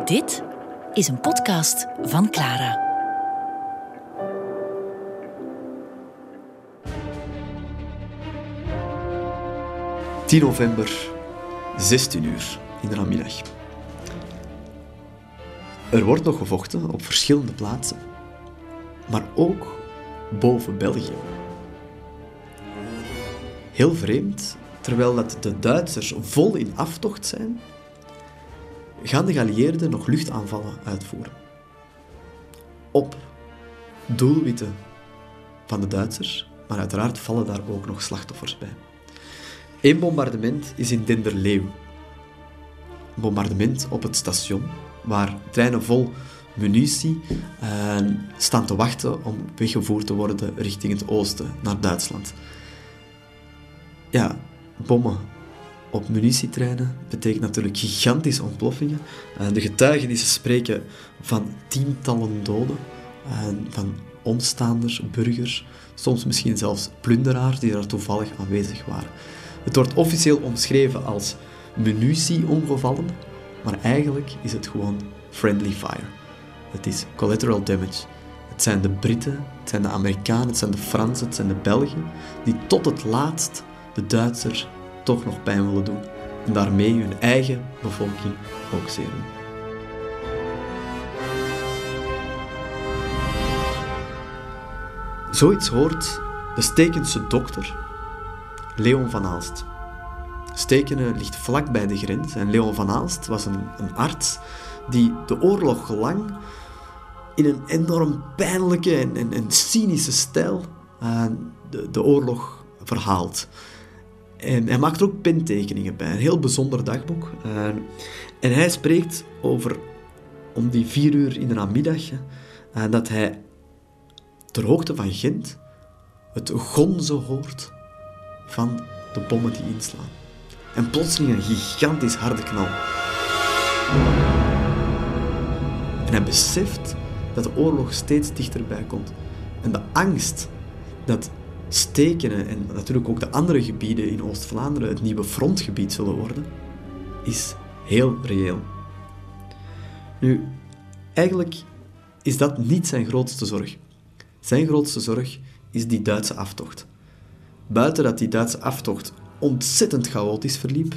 Dit is een podcast van Clara. November, 16 uur in de namiddag. Er wordt nog gevochten op verschillende plaatsen, maar ook boven België. Heel vreemd, terwijl dat de Duitsers vol in aftocht zijn, gaan de geallieerden nog luchtaanvallen uitvoeren. Op doelwitten van de Duitsers, maar uiteraard vallen daar ook nog slachtoffers bij. Eén bombardement is in Denderleeuw. Een bombardement op het station, waar treinen vol munitie staan te wachten om weggevoerd te worden richting het oosten, naar Duitsland. Ja, bommen op munitietreinen betekent natuurlijk gigantische ontploffingen. De getuigenissen spreken van tientallen doden, van omstaanders, burgers, soms misschien zelfs plunderaars die daar toevallig aanwezig waren. Het wordt officieel omschreven als munitieongevallen, maar eigenlijk is het gewoon friendly fire. Het is collateral damage. Het zijn de Britten, het zijn de Amerikanen, het zijn de Fransen, het zijn de Belgen die tot het laatst de Duitsers toch nog pijn willen doen en daarmee hun eigen bevolking ook zeer doen. Zoiets hoort de Stekense dokter Leon van Aalst. Stekene ligt vlak bij de grens en Leon van Aalst was een arts die de oorlog lang in een enorm pijnlijke en cynische stijl de oorlog verhaalt. En hij maakt er ook pentekeningen bij, een heel bijzonder dagboek. En hij spreekt over, om die 4 uur in de namiddag, dat hij ter hoogte van Gent het gonzen hoort van de bommen die inslaan. En plotseling een gigantisch harde knal. En hij beseft dat de oorlog steeds dichterbij komt. En de angst dat Stekene en natuurlijk ook de andere gebieden in Oost-Vlaanderen het nieuwe frontgebied zullen worden, is heel reëel. Nu, eigenlijk is dat niet zijn grootste zorg. Zijn grootste zorg is die Duitse aftocht. Buiten dat die Duitse aftocht ontzettend chaotisch verliep.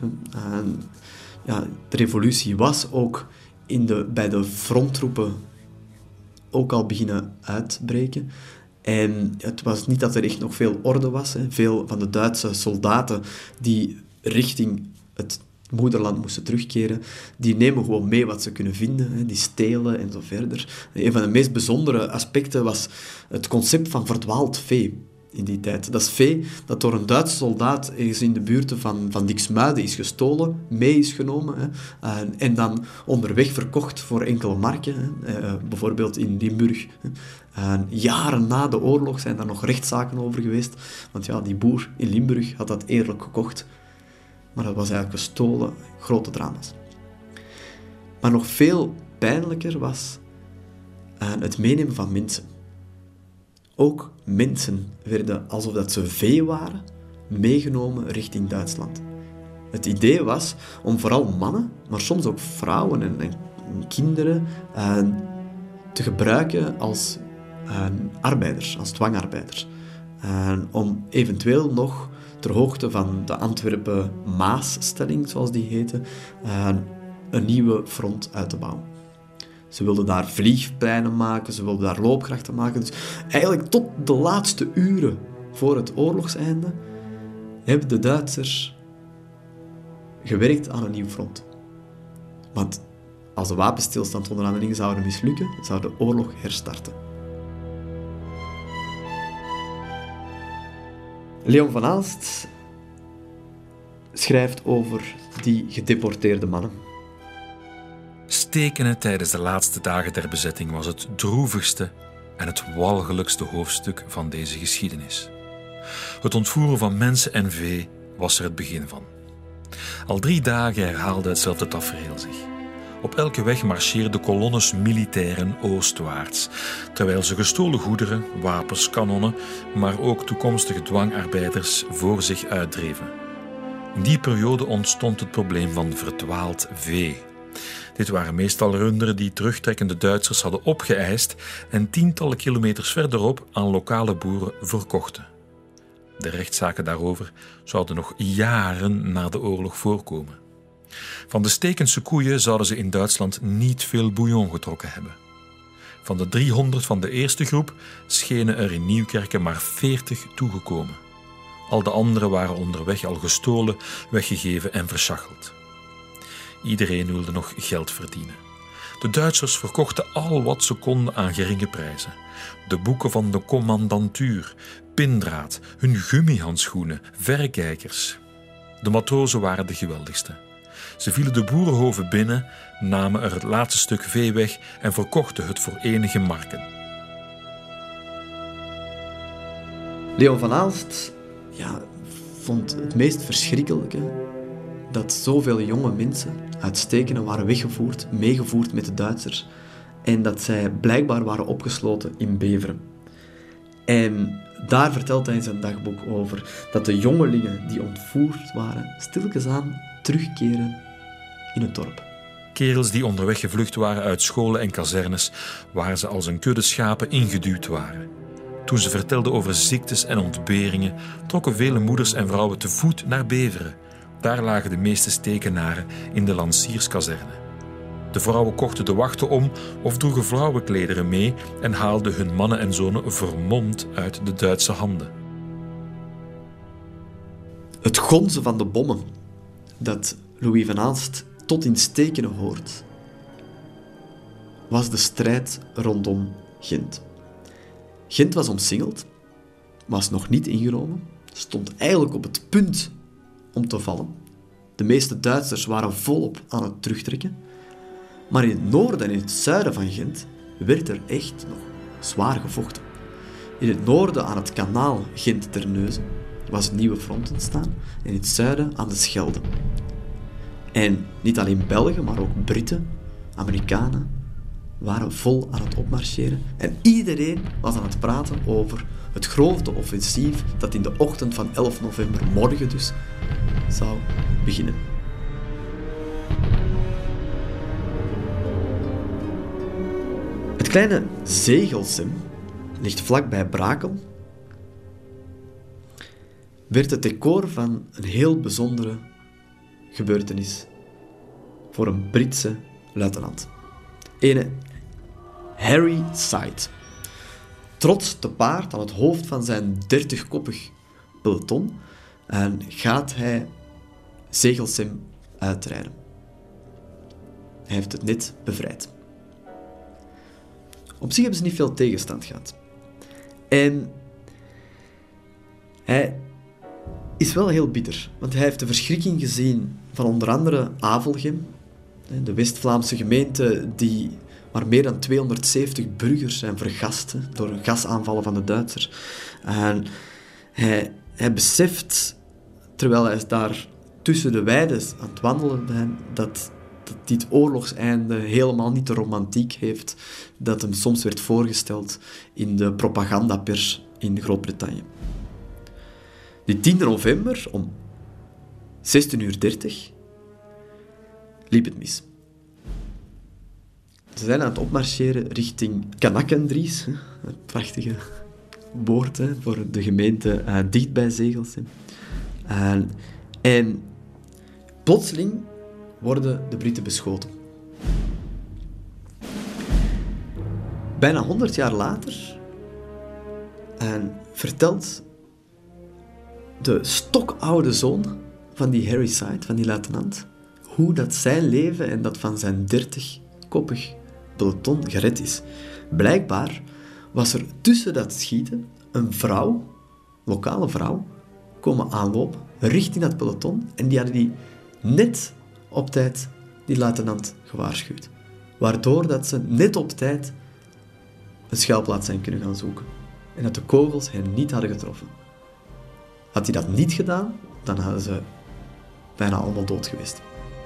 De revolutie was ook bij de fronttroepen ook al beginnen uitbreken. En het was niet dat er echt nog veel orde was. Veel van de Duitse soldaten die richting het moederland moesten terugkeren, die nemen gewoon mee wat ze kunnen vinden. Die stelen en zo verder. Een van de meest bijzondere aspecten was het concept van verdwaald vee in die tijd. Dat is vee dat door een Duitse soldaat ergens in de buurt van Diksmuiden is gestolen, mee is genomen en dan onderweg verkocht voor enkele marken. Bijvoorbeeld in Limburg. Jaren na de oorlog zijn daar nog rechtszaken over geweest. Want ja, die boer in Limburg had dat eerlijk gekocht. Maar dat was eigenlijk gestolen. Grote drama's. Maar nog veel pijnlijker was het meenemen van mensen. Ook mensen werden, alsof dat ze vee waren, meegenomen richting Duitsland. Het idee was om vooral mannen, maar soms ook vrouwen en kinderen te gebruiken als arbeiders, als dwangarbeiders. Om eventueel nog ter hoogte van de Antwerpen-Maasstelling, zoals die heette, een nieuwe front uit te bouwen. Ze wilden daar vliegpleinen maken, ze wilden daar loopgrachten maken. Dus eigenlijk tot de laatste uren voor het oorlogseinde hebben de Duitsers gewerkt aan een nieuw front. Want als de wapenstilstandonderhandelingen zouden mislukken, zou de oorlog herstarten. Leon van Aalst schrijft over die gedeporteerde mannen. Stekene tijdens de laatste dagen der bezetting was het droevigste en het walgelijkste hoofdstuk van deze geschiedenis. Het ontvoeren van mensen en vee was er het begin van. Al 3 dagen herhaalde hetzelfde tafereel zich. Op elke weg marcheerden kolonnes militairen oostwaarts, terwijl ze gestolen goederen, wapens, kanonnen, maar ook toekomstige dwangarbeiders voor zich uitdreven. In die periode ontstond het probleem van verdwaald vee. Dit waren meestal runderen die terugtrekkende Duitsers hadden opgeëist en tientallen kilometers verderop aan lokale boeren verkochten. De rechtszaken daarover zouden nog jaren na de oorlog voorkomen. Van de Stekense koeien zouden ze in Duitsland niet veel bouillon getrokken hebben. Van de 300 van de eerste groep schenen er in Nieuwkerken maar 40 toegekomen. Al de anderen waren onderweg al gestolen, weggegeven en verschacheld. Iedereen wilde nog geld verdienen. De Duitsers verkochten al wat ze konden aan geringe prijzen. De boeken van de commandantuur, pindraad, hun gummihandschoenen, verrekijkers. De matrozen waren de geweldigste. Ze vielen de boerenhoven binnen, namen er het laatste stuk vee weg en verkochten het voor enige marken. Leon van Aalst vond het meest verschrikkelijke dat zoveel jonge mensen uit Stekenen waren weggevoerd, meegevoerd met de Duitsers, en dat zij blijkbaar waren opgesloten in Beveren. En daar vertelt hij in zijn dagboek over dat de jongelingen die ontvoerd waren stilletjes aan terugkeren in het dorp. Kerels die onderweg gevlucht waren uit scholen en kazernes, waar ze als een kudde schapen ingeduwd waren. Toen ze vertelden over ziektes en ontberingen, trokken vele moeders en vrouwen te voet naar Beveren. Daar lagen de meeste Stekenaren in de lancierskazerne. De vrouwen kochten de wachten om of droegen vrouwenklederen mee en haalden hun mannen en zonen vermomd uit de Duitse handen. Het gonzen van de bommen dat Louis van Aalst tot in Stekenen hoort, was de strijd rondom Gent. Gent was omsingeld, was nog niet ingenomen, stond eigenlijk op het punt om te vallen. De meeste Duitsers waren volop aan het terugtrekken. Maar in het noorden en in het zuiden van Gent werd er echt nog zwaar gevochten. In het noorden aan het kanaal Gent-Terneuzen was het nieuwe front ontstaan en in het zuiden aan de Schelde. En niet alleen Belgen, maar ook Britten, Amerikanen waren vol aan het opmarcheren. En iedereen was aan het praten over het grote offensief dat in de ochtend van 11 november, morgen dus, zou beginnen. Het kleine Zegelsem ligt vlakbij Brakel, werd het decor van een heel bijzondere gebeurtenis voor een Britse luitenant. Ene Harry Sight. Trots te paard aan het hoofd van zijn 30-koppig peloton en gaat hij Zegelsem uitrijden. Hij heeft het net bevrijd. Op zich hebben ze niet veel tegenstand gehad. En hij is wel heel bitter, want hij heeft de verschrikking gezien van onder andere Avelgem, de West-Vlaamse gemeente waar meer dan 270 burgers zijn vergast door gasaanvallen van de Duitsers. En hij beseft, terwijl hij daar tussen de weiden aan het wandelen bent, dat dit oorlogseinde helemaal niet de romantiek heeft dat hem soms werd voorgesteld in de propagandapers in Groot-Brittannië. Die 10 november om 16:30 liep het mis. Ze zijn aan het opmarcheren richting Kanakendries, het prachtige woord voor de gemeente dicht bij Zegelsem. En plotseling worden de Britten beschoten. Bijna 100 jaar later vertelt de stokoude zoon van die Harry Sight, van die luitenant, hoe dat zijn leven en dat van zijn 30-koppig peloton gered is. Blijkbaar was er tussen dat schieten een vrouw, lokale vrouw, komen aanlopen, richting dat peloton, en die hadden die net op tijd die luitenant gewaarschuwd. Waardoor dat ze net op tijd een schuilplaats zijn kunnen gaan zoeken. En dat de kogels hen niet hadden getroffen. Had hij dat niet gedaan, dan hadden ze bijna allemaal dood geweest.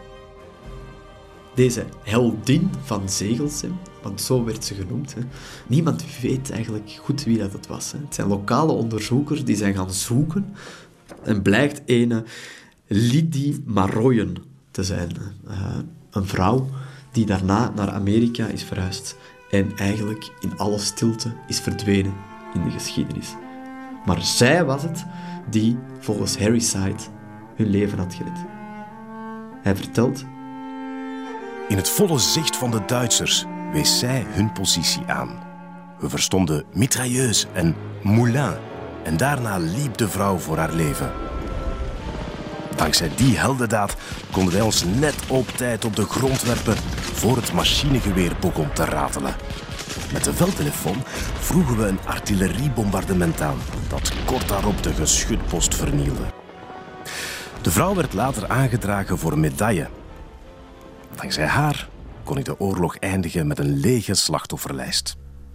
Deze heldin van Zegelsem, want zo werd ze genoemd. Niemand weet eigenlijk goed wie dat was. Het zijn lokale onderzoekers die zijn gaan zoeken en blijkt ene Lydie Maroyen te zijn. Een vrouw die daarna naar Amerika is verhuisd en eigenlijk in alle stilte is verdwenen in de geschiedenis. Maar zij was het die, volgens Harry Side, hun leven had gered. Hij vertelt: in het volle zicht van de Duitsers wees zij hun positie aan. We verstonden mitrailleuse en moulin en daarna liep de vrouw voor haar leven. Dankzij die heldendaad konden wij ons net op tijd op de grond werpen voor het machinegeweer begon te ratelen. Met de veldtelefoon vroegen we een artilleriebombardement aan dat kort daarop de geschutpost vernielde. De vrouw werd later aangedragen voor een medaille. Dankzij haar kon ik de oorlog eindigen met een lege slachtofferlijst.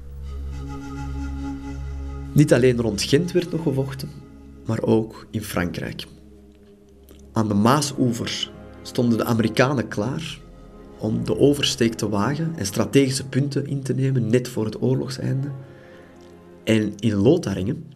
Niet alleen rond Gent werd nog gevochten, maar ook in Frankrijk. Aan de Maasoever stonden de Amerikanen klaar om de oversteek te wagen en strategische punten in te nemen net voor het oorlogseinde. En in Lotharingen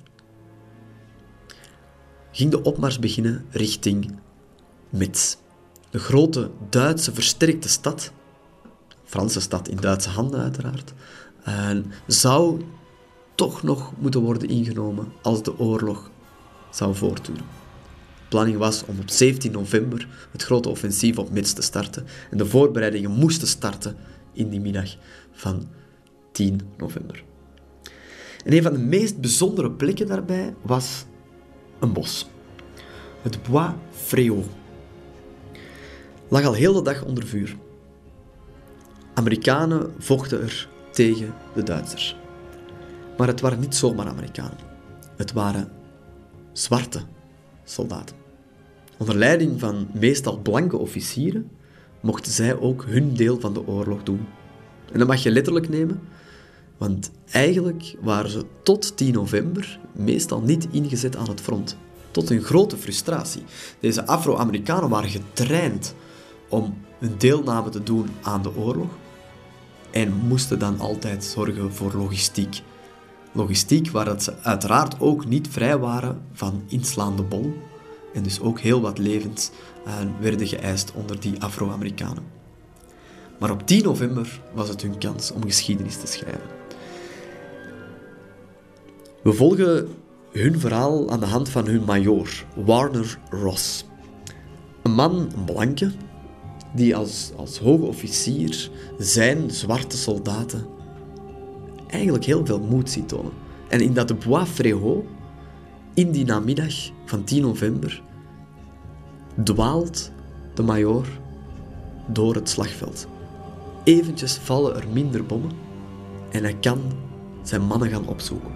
ging de opmars beginnen richting Metz. De grote Duitse versterkte stad, Franse stad in Duitse handen uiteraard, zou toch nog moeten worden ingenomen als de oorlog zou voortduren. De planning was om op 17 november het grote offensief op Metz te starten en de voorbereidingen moesten starten in die middag van 10 november. En een van de meest bijzondere plekken daarbij was een bos. Het Bois Fréhaux. Lag al heel de dag onder vuur. Amerikanen vochten er tegen de Duitsers. Maar het waren niet zomaar Amerikanen. Het waren zwarte soldaten. Onder leiding van meestal blanke officieren mochten zij ook hun deel van de oorlog doen. En dat mag je letterlijk nemen, want eigenlijk waren ze tot 10 november meestal niet ingezet aan het front. Tot hun grote frustratie. Deze Afro-Amerikanen waren getraind om hun deelname te doen aan de oorlog en moesten dan altijd zorgen voor logistiek. Logistiek waar dat ze uiteraard ook niet vrij waren van inslaande bom en dus ook heel wat levens werden geëist onder die Afro-Amerikanen. Maar op 10 november was het hun kans om geschiedenis te schrijven. We volgen hun verhaal aan de hand van hun majoor, Warner Ross. Een man, een blanke, die als hoge officier zijn zwarte soldaten eigenlijk heel veel moed ziet tonen. En in dat Bois Fréhaux, in die namiddag van 10 november, dwaalt de majoor door het slagveld. Eventjes vallen er minder bommen en hij kan zijn mannen gaan opzoeken.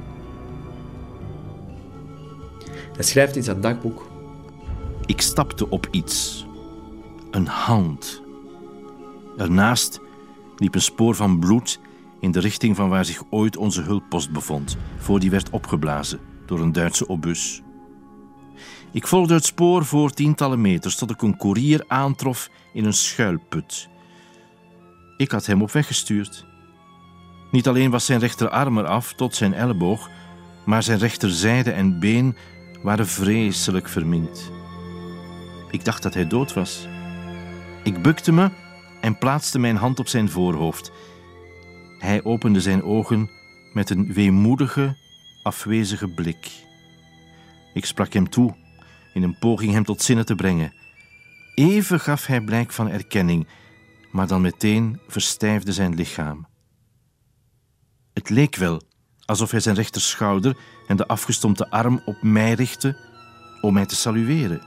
Hij schrijft in zijn dagboek: ik stapte op iets. Een hand. Daarnaast liep een spoor van bloed in de richting van waar zich ooit onze hulppost bevond, voor die werd opgeblazen door een Duitse obus. Ik volgde het spoor voor tientallen meters tot ik een koerier aantrof in een schuilput. Ik had hem op weg gestuurd. Niet alleen was zijn rechterarm eraf tot zijn elleboog, maar zijn rechterzijde en been waren vreselijk verminkt. Ik dacht dat hij dood was. Ik bukte me en plaatste mijn hand op zijn voorhoofd. Hij opende zijn ogen met een weemoedige, afwezige blik. Ik sprak hem toe, in een poging hem tot zinnen te brengen. Even gaf hij blijk van erkenning, maar dan meteen verstijfde zijn lichaam. Het leek wel alsof hij zijn rechterschouder en de afgestompte arm op mij richtte om mij te salueren.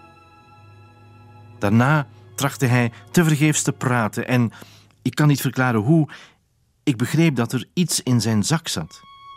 Daarna trachtte hij tevergeefs te praten en, ik kan niet verklaren hoe, ik begreep dat er iets in zijn zak zat.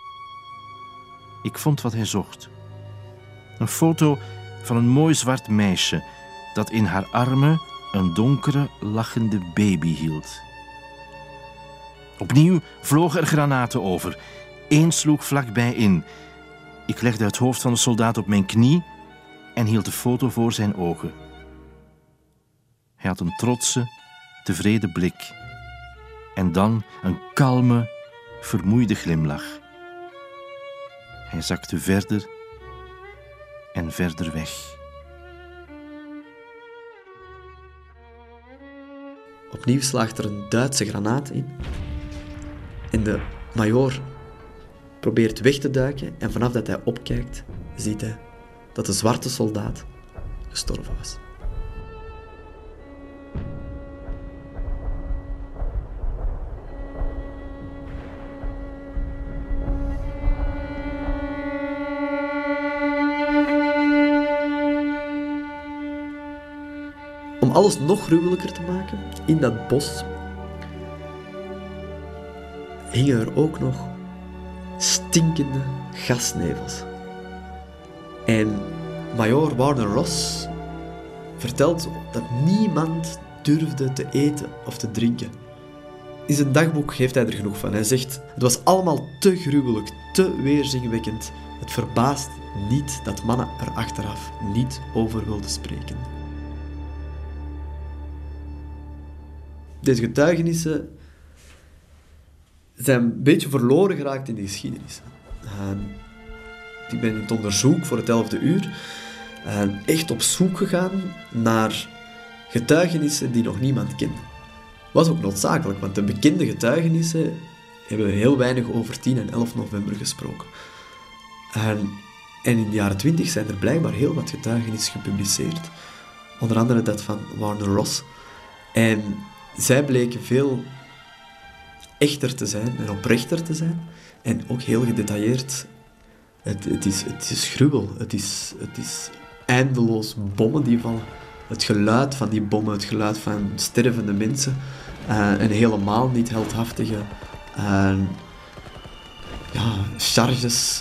Ik vond wat hij zocht. Een foto van een mooi zwart meisje dat in haar armen een donkere, lachende baby hield. Opnieuw vlogen er granaten over. Eén sloeg vlakbij in. Ik legde het hoofd van de soldaat op mijn knie en hield de foto voor zijn ogen. Hij had een trotse, tevreden blik. En dan een kalme, vermoeide glimlach. Hij zakte verder en verder weg. Opnieuw slaagt er een Duitse granaat in. En de majoor probeert weg te duiken en vanaf dat hij opkijkt, ziet hij dat de zwarte soldaat gestorven was. Om alles nog gruwelijker te maken, in dat bos hingen er ook nog stinkende gasnevels. En majoor Warner Ross vertelt dat niemand durfde te eten of te drinken. In zijn dagboek heeft hij er genoeg van. Hij zegt, het was allemaal te gruwelijk, te weerzinwekkend. Het verbaast niet dat mannen er achteraf niet over wilden spreken. Deze getuigenissen zijn een beetje verloren geraakt in de geschiedenis. Ik ben in het onderzoek voor het 11e uur echt op zoek gegaan naar getuigenissen die nog niemand kende. Was ook noodzakelijk, want de bekende getuigenissen hebben heel weinig over 10 en 11 november gesproken. En in de jaren 20 zijn er blijkbaar heel wat getuigenissen gepubliceerd. Onder andere dat van Warner Ross. En zij bleken veel echter te zijn en oprechter te zijn. En ook heel gedetailleerd. Het is gruwel. Het is eindeloos bommen die vallen. Het geluid van die bommen, het geluid van stervende mensen. En helemaal niet heldhaftige charges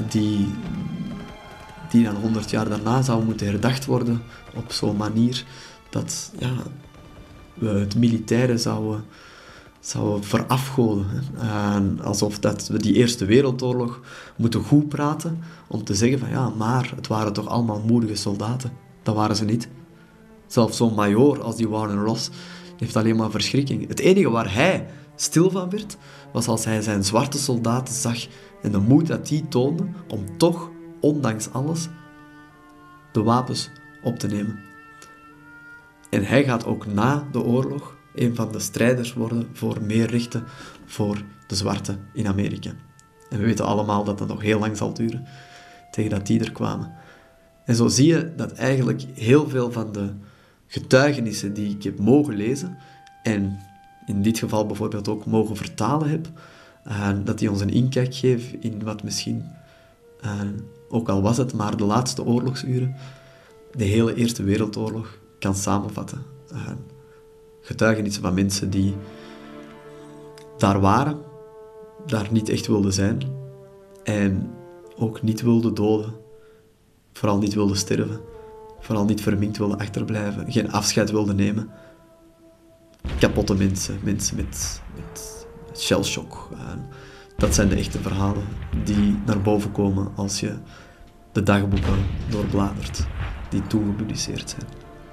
die dan 100 jaar daarna zouden moeten herdacht worden op zo'n manier dat we het militaire zouden verafgoden. Alsof dat we die Eerste Wereldoorlog moeten goed praten om te zeggen van maar het waren toch allemaal moedige soldaten. Dat waren ze niet. Zelfs zo'n majoor als die Warner Ross heeft alleen maar verschrikking. Het enige waar hij stil van werd, was als hij zijn zwarte soldaten zag en de moed dat die toonden om toch, ondanks alles, de wapens op te nemen. En hij gaat ook na de oorlog een van de strijders worden voor meer rechten voor de zwarten in Amerika. En we weten allemaal dat dat nog heel lang zal duren, tegen dat die er kwamen. En zo zie je dat eigenlijk heel veel van de getuigenissen die ik heb mogen lezen, en in dit geval bijvoorbeeld ook mogen vertalen heb, dat die ons een inkijk geven in wat misschien, ook al was het maar de laatste oorlogsuren, de hele Eerste Wereldoorlog kan samenvatten. Getuigenissen van mensen die daar waren, daar niet echt wilden zijn en ook niet wilden doden, vooral niet wilden sterven, vooral niet verminkt wilden achterblijven, geen afscheid wilden nemen. Kapotte mensen met shellshock. Dat zijn de echte verhalen die naar boven komen als je de dagboeken doorbladert die toen gepubliceerd zijn.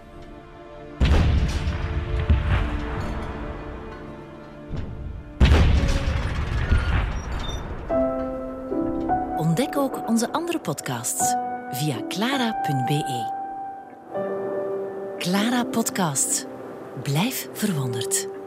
Ontdek ook onze andere podcasts via clara.be. Clara Podcast. Blijf verwonderd.